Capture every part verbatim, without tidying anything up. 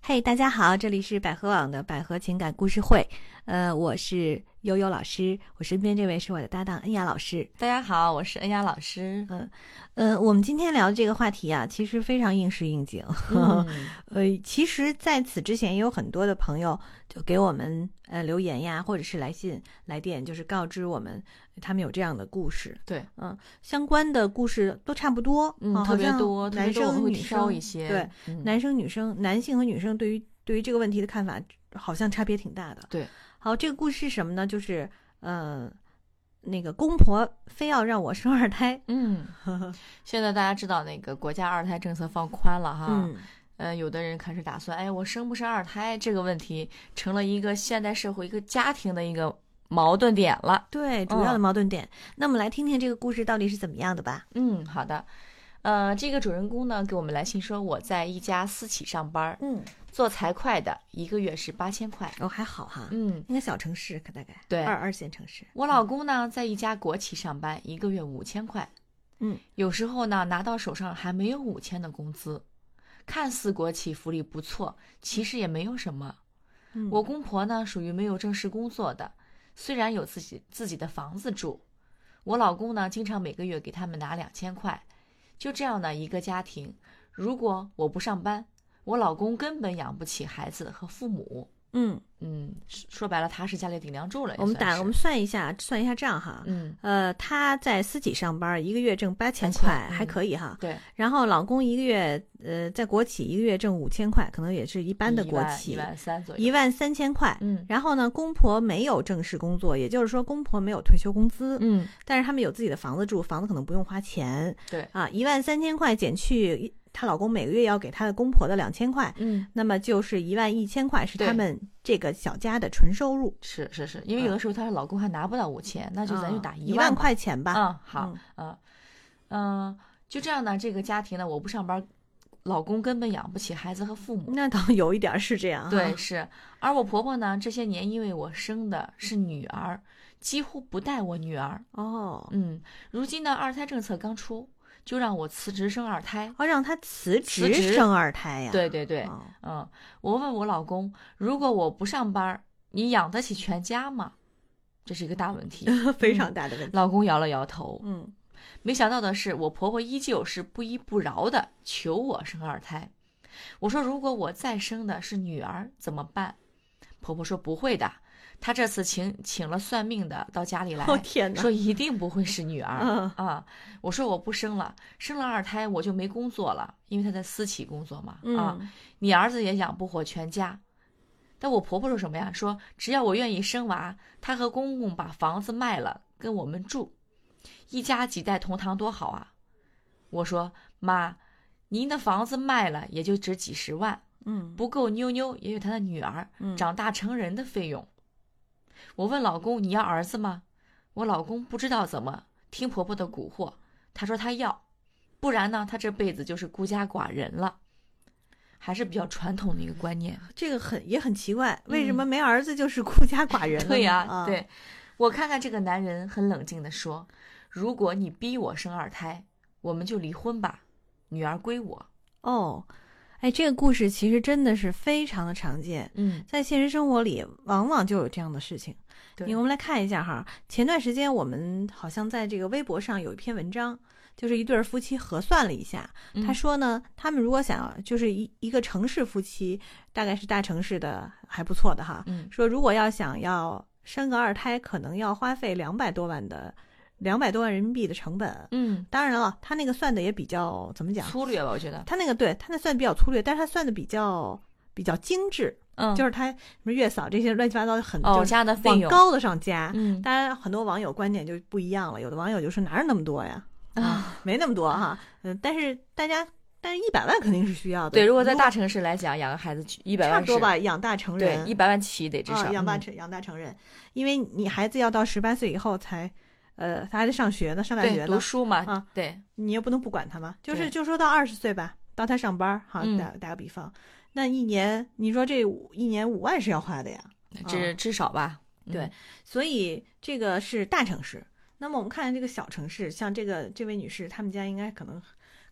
嘿、hey, 大家好，这里是百合网的百合情感故事会，呃，我是悠悠老师，我身边这位是我的搭档恩雅老师。 大家好，我是恩雅老师。 嗯呃，我们今天聊的这个话题啊，其实非常应时应景。 嗯、 呃，其实在此之前也有很多的朋友就给我们呃留言呀，或者是来信来电，就是告知我们他们有这样的故事。 对， 嗯，相关的故事都差不多， 嗯， 啊、 特别多， 男生女生一些， 对、 嗯， 男生女生，男性和女生对于对于这个问题的看法好像差别挺大的。 对， 好，这个故事是什么呢？就是呃。那个公婆非要让我生二胎， 嗯，现在大家知道那个国家二胎政策放宽了哈， 嗯， 呃，有的人开始打算，哎，我生不生二胎这个问题成了一个现代社会一个家庭的一个矛盾点了， 对，主要的矛盾点。嗯、那我们来听听这个故事到底是怎么样的吧。 嗯，好的，呃，这个主人公呢给我们来信说，我在一家私企上班， 嗯。 做财会的，一个月是八千块。 哦，还好哈。 嗯， 应该小城市，可大概对二二线城市。 我老公呢，在一家国企上班，一个月五千块。 嗯， 有时候呢，拿到手上还没有五千的工资，看似国企福利不错，其实也没有什么。 嗯， 我公婆呢，属于没有正式工作的，虽然有自己自己的房子住，我老公呢，经常每个月给他们拿两千块。就这样的一个家庭，如果我不上班，我老公根本养不起孩子和父母。 嗯嗯，说白了，他是家里顶梁柱了。 我们打我们算一下，算一下账哈。 嗯， 呃，他在私企上班，一个月挣八千块， 嗯、 还可以哈。 对。 然后老公一个月，呃，在国企一个月挣五千块，可能也是一般的国企， 一万三左右， 一万三千块。 嗯。 然后呢，公婆没有正式工作，也就是说公婆没有退休工资。 嗯。 但是他们有自己的房子住，房子可能不用花钱。 对。 啊，一万三千块减去她老公每个月要给她的公婆的两千块， 嗯， 那么就是一万一千块是他们这个小家的纯收入。 是是是，因为有的时候她老公还拿不到五千，嗯、那就咱就打一万万块钱吧。 嗯，好，嗯嗯，就这样呢，这个家庭呢，我不上班，老公根本养不起孩子和父母。 那倒有一点是这样。 对，是。而我婆婆呢，这些年因为我生的是女儿，几乎不带我女儿。 哦， 嗯，如今呢，二胎政策刚出。就让我辞职生二胎， 哦，让他辞职生二胎呀？ 对对对，哦、嗯，我问我老公，如果我不上班，你养得起全家吗？这是一个大问题， 非常大的问题。 嗯、老公摇了摇头， 嗯， 没想到的是，我婆婆依旧是不依不饶的求我生二胎。我说，如果我再生的是女儿怎么办？婆婆说不会的。他这次请请了算命的到家里来， 哦天哪， 说一定不会是女儿、 嗯、 啊！我说我不生了，生了二胎我就没工作了，因为他在私企工作嘛、 嗯、 啊，你儿子也养不活全家。但我婆婆说什么呀？说只要我愿意生娃，她和公公把房子卖了跟我们住，一家几代同堂多好啊！我说妈，您的房子卖了也就值几十万， 嗯， 不够妞妞也有她的女儿、嗯、长大成人的费用。我问老公，你要儿子吗？我老公不知道怎么听婆婆的蛊惑，他说他要，不然呢他这辈子就是孤家寡人了。还是比较传统的一个观念， 这个很也很奇怪，为什么没儿子就是孤家寡人呢？ 嗯、对呀、 啊， 对。我看看这个男人很冷静地说，如果你逼我生二胎，我们就离婚吧，女儿归我。 哦，哎，这个故事其实真的是非常的常见， 嗯， 在现实生活里往往就有这样的事情。 对， 我们来看一下哈，前段时间我们好像在这个微博上有一篇文章，就是一对夫妻核算了一下， 嗯、 他说呢，他们如果想要就是一一个城市夫妻，大概是大城市的还不错的哈， 嗯， 说如果要想要生个二胎，可能要花费两百多万的。两百多万人民币的成本， 嗯， 当然了，他那个算的也比较怎么讲粗略吧，我觉得他那个对他那算比较粗略，但是他算的比较比较精致， 嗯， 就是他什么月嫂这些乱七八糟很哦加的费用往高的上加， 嗯， 当然很多网友观点就不一样了，有的网友就说哪有那么多呀， 啊， 没那么多哈，嗯，但是大家但是一百万肯定是需要的， 对，如果在大城市来讲，养个孩子一百万差不多吧，养大成人， 对，一百万起得至少、 哦、养大成、嗯、养大成人，因为你孩子要到十八岁以后才。呃，他还得上学呢，上大学呢， 读书嘛， 啊， 对， 你也不能不管他嘛，就是就说到二十岁吧，到他上班，哈，打打个比方，嗯、那一年你说这一年五万是要花的呀， 至至少吧， 嗯、对，所以这个是大城市。那么我们看这个小城市，像这个这位女士，他们家应该可能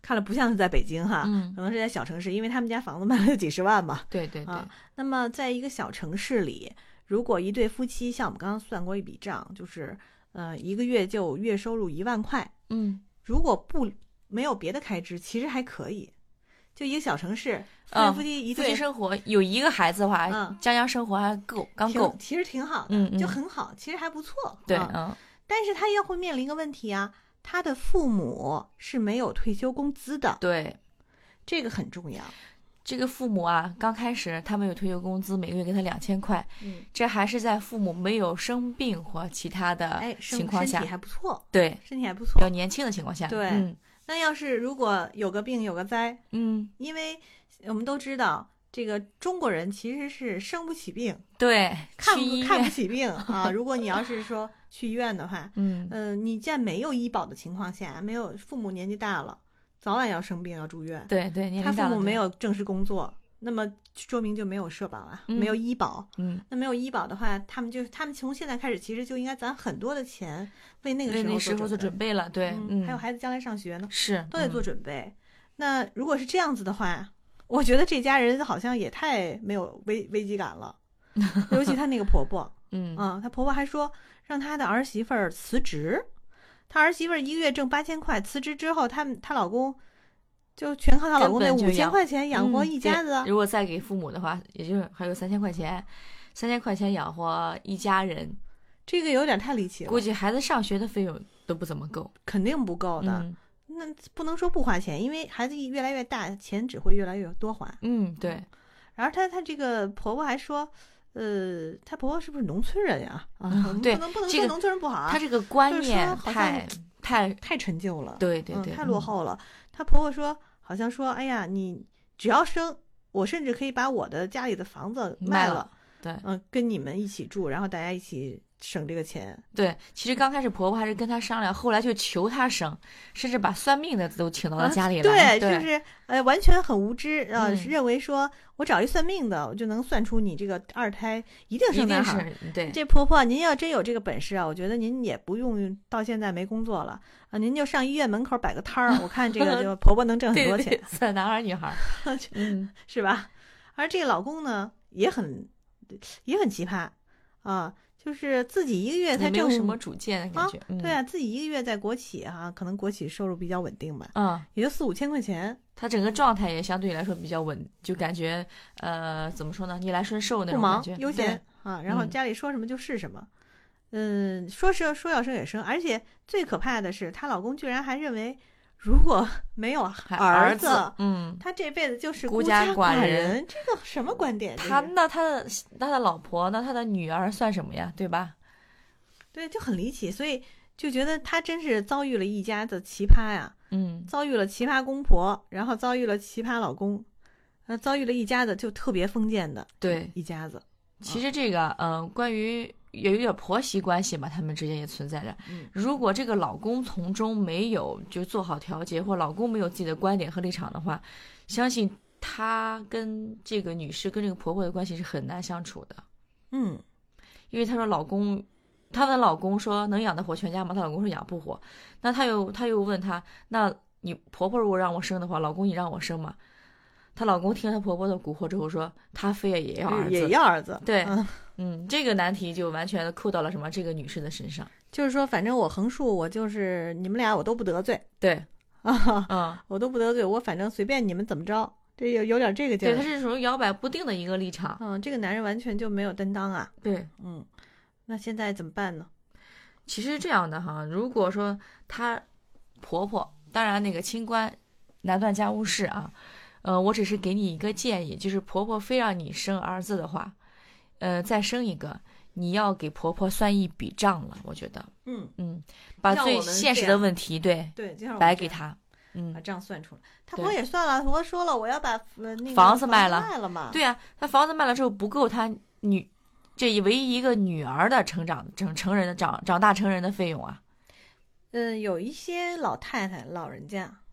看了不像是在北京哈， 嗯， 可能是在小城市，因为他们家房子卖了几十万嘛。 对对对、 啊。那么在一个小城市里，如果一对夫妻，像我们刚刚算过一笔账，就是呃一个月就月收入一万块， 嗯， 如果不没有别的开支，其实还可以。就一个小城市，夫妻夫妻一对、 嗯、夫妻生活有一个孩子的话， 嗯， 将将生活还够，刚够， 其实挺好的， 嗯嗯， 就很好，其实还不错。 对， 嗯， 嗯， 但是他又会面临一个问题啊，他的父母是没有退休工资的， 对， 这个很重要。 这个父母啊，刚开始他们有退休工资，每个月给他两千块， 嗯， 这还是在父母没有生病或其他的情况下， 哎、身体还不错， 对， 身体还不错， 比较年轻的情况下， 对。 嗯， 那要是如果有个病有个灾， 嗯， 因为我们都知道，这个中国人其实是生不起病， 对， 看去医院不看不起病啊。如果你要是说去医院的话， 嗯呃，你在没有医保的情况下，没有父母年纪大了，早晚要生病要住院， 对对，年龄他大了父母没有正式工作，那么说明就没有社保啊， 嗯没有医保。 嗯， 那没有医保的话，他们就他们从现在开始其实就应该攒很多的钱为那个时候为那时候做准备了，对， 嗯， 嗯， 还有孩子将来上学呢， 是都得做嗯准备。那如果是这样子的话，我觉得这家人好像也太没有危危机感了，尤其她那个婆婆， 嗯啊，她婆婆还说让她的儿媳妇儿辞职，她儿媳妇儿一个月挣八千块，辞职之后，她她老公就全靠她老公那五千块钱养活一家子。 嗯、如果再给父母的话，也就还有三千块钱，三千块钱养活一家人， 这个有点太离奇了。 估计孩子上学的费用都不怎么够， 肯定不够的。 嗯， 那不能说不花钱，因为孩子越来越大，钱只会越来越多花。 嗯，对。 然后她她这个婆婆还说，呃，她婆婆是不是农村人呀？啊， 嗯、对， 不能不能说农村人不好啊。 她这个观念太太太陈旧了， 对对对、 嗯，太落后了。她婆婆说，好像说，哎呀，你只要生，我甚至可以把我的家里的房子卖了， 卖了对， 嗯，跟你们一起住，然后大家一起省这个钱。 对，其实刚开始婆婆还是跟她商量，后来就求她生，甚至把算命的都请到了家里来。 啊、对, 对， 就是呃，完全很无知啊、呃嗯，认为说我找一算命的，我就能算出你这个二胎一定生男孩。 对， 这婆婆，您要真有这个本事啊，我觉得您也不用到现在没工作了啊，您就上医院门口摆个摊儿，我看这个就婆婆能挣很多钱。 对对算男孩女孩，嗯， 是吧？而这个老公呢，也很也很奇葩啊。就是自己一个月才挣没有什么主见的感觉、 啊嗯， 对啊，自己一个月在国企哈、啊，可能国企收入比较稳定吧， 嗯， 也就四五千块钱， 他整个状态也相对来说比较稳，就感觉呃怎么说呢，逆来顺受那种感觉， 不忙悠闲啊，然后家里说什么就是什么，嗯，说是说要生也生，而且最可怕的是，她老公居然还认为。如果没有儿子， 儿子嗯， 他这辈子就是孤家寡人，人这个什么观点？ 他那他的那他的老婆，那他的女儿算什么呀？对吧？ 对，就很离奇，所以就觉得他真是遭遇了一家的奇葩呀， 嗯， 遭遇了奇葩公婆，然后遭遇了奇葩老公，呃，遭遇了一家子就特别封建的， 对， 一家子。 其实这个，嗯、呃，关于。有一点婆媳关系嘛，他们之间也存在着。 嗯， 如果这个老公从中没有就做好调节，或老公没有自己的观点和立场的话，相信他跟这个女士跟这个婆婆的关系是很难相处的。 嗯， 因为她说老公，她的老公说能养得活全家吗？她老公说养不活。那她又她又问她，那你婆婆如果让我生的话，老公你让我生吗？她老公听了她婆婆的蛊惑之后说，他非也要儿子， 也要儿子。 对。 嗯嗯，这个难题就完全的扣到了什么这个女士的身上， 就是说，反正我横竖我就是你们俩我都不得罪， 对， 啊， 嗯， 我都不得罪，我反正随便你们怎么着，这有有点这个劲儿。 对，他是属于摇摆不定的一个立场。 嗯，这个男人完全就没有担当啊。 对， 嗯，那现在怎么办呢？ 其实这样的哈，如果说她婆婆，当然那个清官难断家务事啊，呃，我只是给你一个建议，就是婆婆非让你生儿子的话。呃，再生一个，你要给婆婆算一笔账了，我觉得， 嗯嗯，把最现实的问题，对对， 摆给她，嗯， 把账算出来。她婆婆也算了，婆婆说了，我要把呃那个房子卖了，卖了嘛。 对啊，她房子卖了之后不够她女这唯一一个女儿的成长成成人的长长大成人的费用啊。 嗯，有一些老太太老人家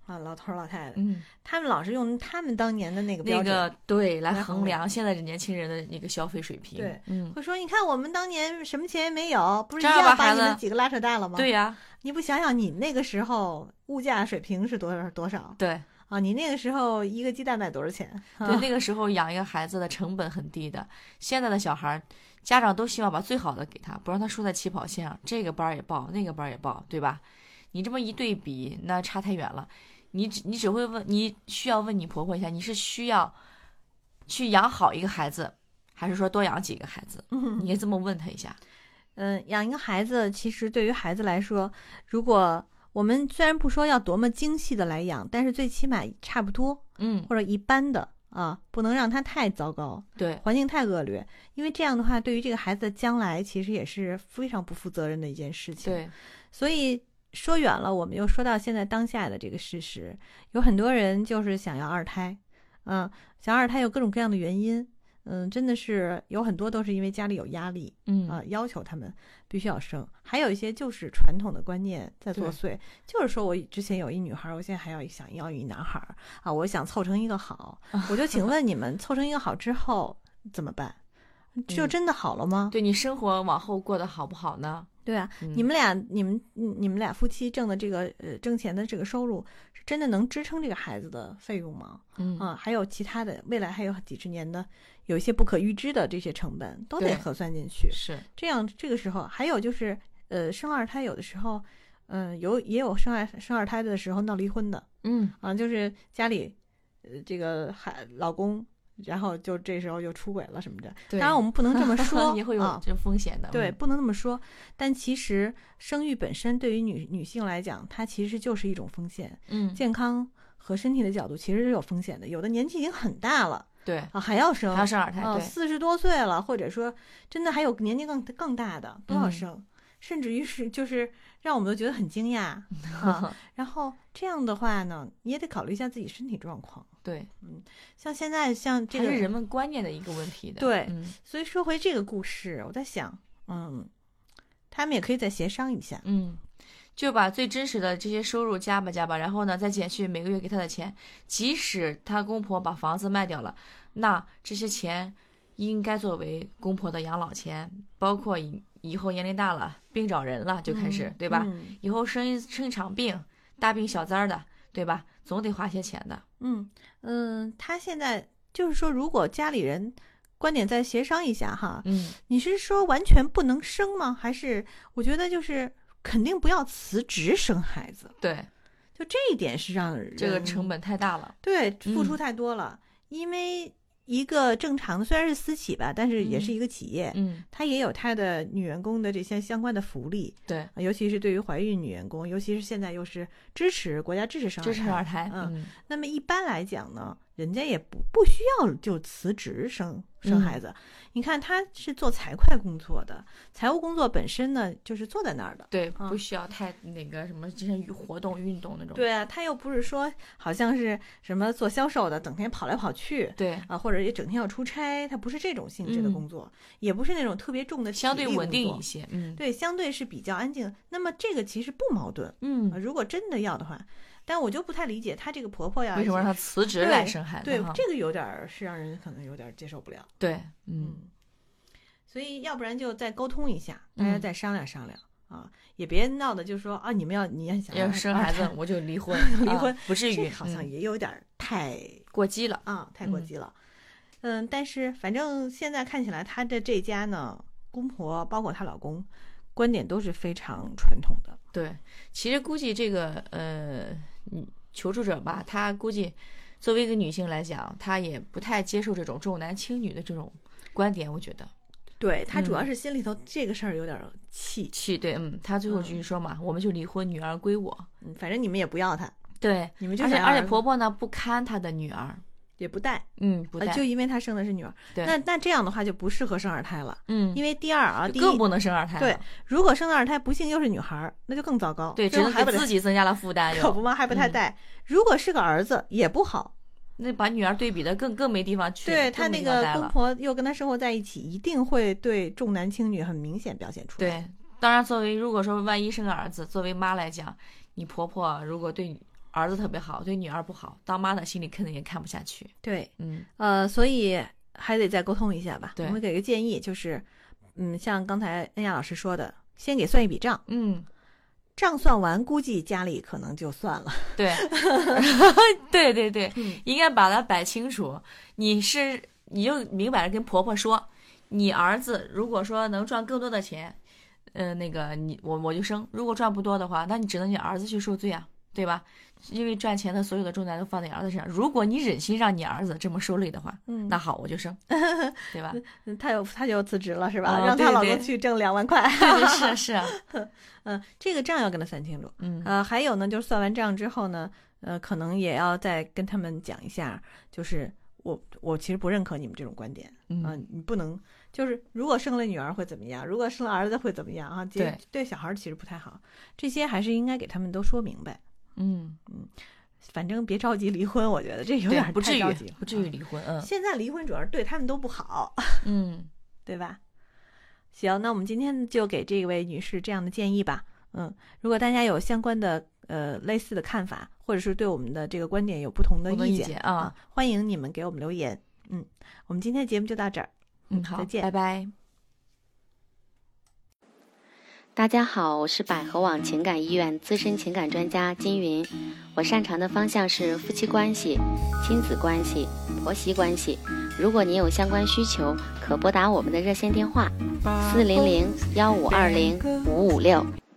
啊，老头老太太， 嗯， 他们老是用他们当年的那个标那准， 个对来来衡衡量现在的年轻人的那个消费水平。 对， 嗯， 会说你看我们当年什么钱也没有，不是一正儿八样把孩子你们几个拉扯大了吗？ 对呀， 你不想想你那个时候物价水平是多少多少对啊？你那个时候一个鸡蛋卖多少钱？ 对，那个时候养一个孩子的成本很低的，现在的小孩家长都希望把最好的给他，不让他输在起跑线上，这个班也报，那个班也报，对吧？你这么一对比，那差太远了。你只你只会问，你需要问你婆婆一下，你是需要去养好一个孩子，还是说多养几个孩子？ 嗯， 你也这么问他一下。 嗯，养一个孩子，其实对于孩子来说，如果我们虽然不说要多么精细的来养，但是最起码差不多， 嗯， 或者一般的啊，不能让他太糟糕， 对， 环境太恶劣，因为这样的话，对于这个孩子的将来，其实也是非常不负责任的一件事情。 对， 所以说远了，我们又说到现在当下的这个事实，有很多人就是想要二胎，嗯，想要二胎有各种各样的原因，嗯，真的是有很多都是因为家里有压力， 嗯啊，要求他们必须要生，还有一些就是传统的观念在作祟，就是说我之前有一女孩，我现在还要想要一男孩啊，我想凑成一个好，我就请问你们凑成一个好之后怎么办？就真的好了吗？ 嗯、对你生活往后过得好不好呢？ 对啊， 嗯、 你们俩，你们你们俩夫妻挣的这个呃挣钱的这个收入，是真的能支撑这个孩子的费用吗？ 嗯啊，还有其他的，未来还有几十年的，有一些不可预知的这些成本都得核算进去。 是这样，这个时候还有就是呃生二胎有的时候，嗯、呃、有也有生二生二胎的时候闹离婚的， 嗯啊，就是家里呃这个孩老公。然后就这时候就出轨了什么的，当然我们不能这么说， 也会有这风险的。 啊、对，不能这么说。但其实生育本身对于女女性来讲，它其实就是一种风险。 嗯， 健康和身体的角度其实是有风险的。有的年纪已经很大了， 对啊，还要生， 还要生二胎， 啊，四十多岁了，或者说真的还有年纪更更大的都要生， 嗯、 甚至于是就是让我们都觉得很惊讶啊。然后这样的话呢，你也得考虑一下自己身体状况。 对， 嗯，像现在像这个还是人们观念的一个问题的。 对， 嗯、 所以说回这个故事，我在想，嗯，他们也可以再协商一下， 嗯，就把最真实的这些收入加吧加吧，然后呢再减去每个月给他的钱，即使他公婆把房子卖掉了，那这些钱应该作为公婆的养老钱，包括以以后年龄大了病找人了就开始， 嗯、 对吧？ 嗯、 以后生一生一场病，大病小灾的，对吧？总得花些钱的。 嗯嗯，他现在就是说，如果家里人观点再协商一下哈， 嗯， 你是说完全不能生吗？还是我觉得就是肯定不要辞职生孩子？ 对， 就这一点是让人这个成本太大了， 对，付出太多了，嗯、因为。一个正常的虽然是私企吧，但是也是一个企业， 嗯， 它也有它的女员工的这些相关的福利， 对， 尤其是对于怀孕女员工，尤其是现在又是支持国家支持生支持二胎， 嗯， 嗯那么一般来讲呢，人家也不不需要就辞职生生孩子。嗯、你看他是做财会工作的，财务工作本身呢就是坐在那儿的， 对， 嗯、 不需要太那个什么这些活动运动那种。 对啊，他又不是说好像是什么做销售的，整天跑来跑去， 对啊，或者也整天要出差，他不是这种性质的工作，嗯、也不是那种特别重的体力工作， 相对稳定一些，嗯， 对，相对是比较安静。那么这个其实不矛盾， 嗯、 啊，如果真的要的话。但我就不太理解，她这个婆婆要为什么让她辞职来生孩子？ 对，对这个有点是让人可能有点接受不了。 对， 嗯，所以要不然就再沟通一下，大家再商量商量、嗯、啊，也别闹的就说啊，你们要你要想要生孩子我就离婚， 离婚、 啊、不至于， 好像也有点太过激了啊，太过激了。嗯, 嗯，但是反正现在看起来，她的这家呢，公婆包括她老公，观点都是非常传统的。 对，其实估计这个呃。求助者吧，她估计作为一个女性来讲，她也不太接受这种重男轻女的这种观点。我觉得， 对她主要是心里头这个事儿有点气气。对，嗯，她最后就是说嘛，嗯、我们就离婚，女儿归我。 嗯，反正你们也不要她。 对， 你们就而且而且婆婆呢不看她的女儿， 也不带， 嗯，不带， 呃、就因为她生的是女儿。 对， 那那这样的话就不适合生二胎了。 嗯， 因为第二啊，第一更不能生二胎了。 对，如果生了二胎，不幸又是女孩，那就更糟糕。 对，只能给自己增加了负担。 可不嘛，还不太带。嗯、如果是个儿子也不好， 那把女儿对比的更更没地方去。 对他那个公婆又跟他生活在一起，一定会对重男轻女很明显表现出来。 对，当然作为如果说万一生个儿子，作为妈来讲，你婆婆如果对儿子特别好，对女儿不好，当妈的心里肯定也看不下去。 对， 嗯， 呃，所以还得再沟通一下吧。 对， 我们给个建议，就是嗯，像刚才恩雅老师说的，先给算一笔账。 嗯。 账算完，估计家里可能就算了。 对，对对对， 嗯、 应该把它摆清楚。你是你就明摆着跟婆婆说，你儿子如果说能赚更多的钱，呃，那个你我我就生；如果赚不多的话，那你只能你儿子去受罪啊，对吧？因为赚钱的所有的重担都放在你儿子身上。如果你忍心让你儿子这么受累的话， 嗯， 那好，我就生，对吧？ 他有他就辞职了是吧？ 哦、 让他老对对公去挣两万块。 对对是是啊， 嗯，这个账要跟他算清楚。 嗯， 呃，还有呢，就是算完账之后呢，呃，可能也要再跟他们讲一下，就是我我其实不认可你们这种观点。 嗯、 呃，你不能就是如果生了女儿会怎么样，如果生了儿子会怎么样啊？ 对对小孩其实不太好，这些还是应该给他们都说明白。 嗯嗯，反正别着急离婚，我觉得这有点不至于太着急了， 不至于离婚。嗯， 现在离婚主要是对他们都不好。 嗯， 对吧？行，那我们今天就给这位女士这样的建议吧。嗯，如果大家有相关的呃类似的看法，或者是对我们的这个观点有不同的意见啊、 啊，欢迎你们给我们留言。嗯，我们今天的节目就到这儿。 嗯，好， 再见， 拜拜。 大家好，我是百合网情感医院资深情感专家金云，我擅长的方向是夫妻关系、亲子关系、婆媳关系。如果您有相关需求，可拨打我们的热线电话四零零幺五二零五五六。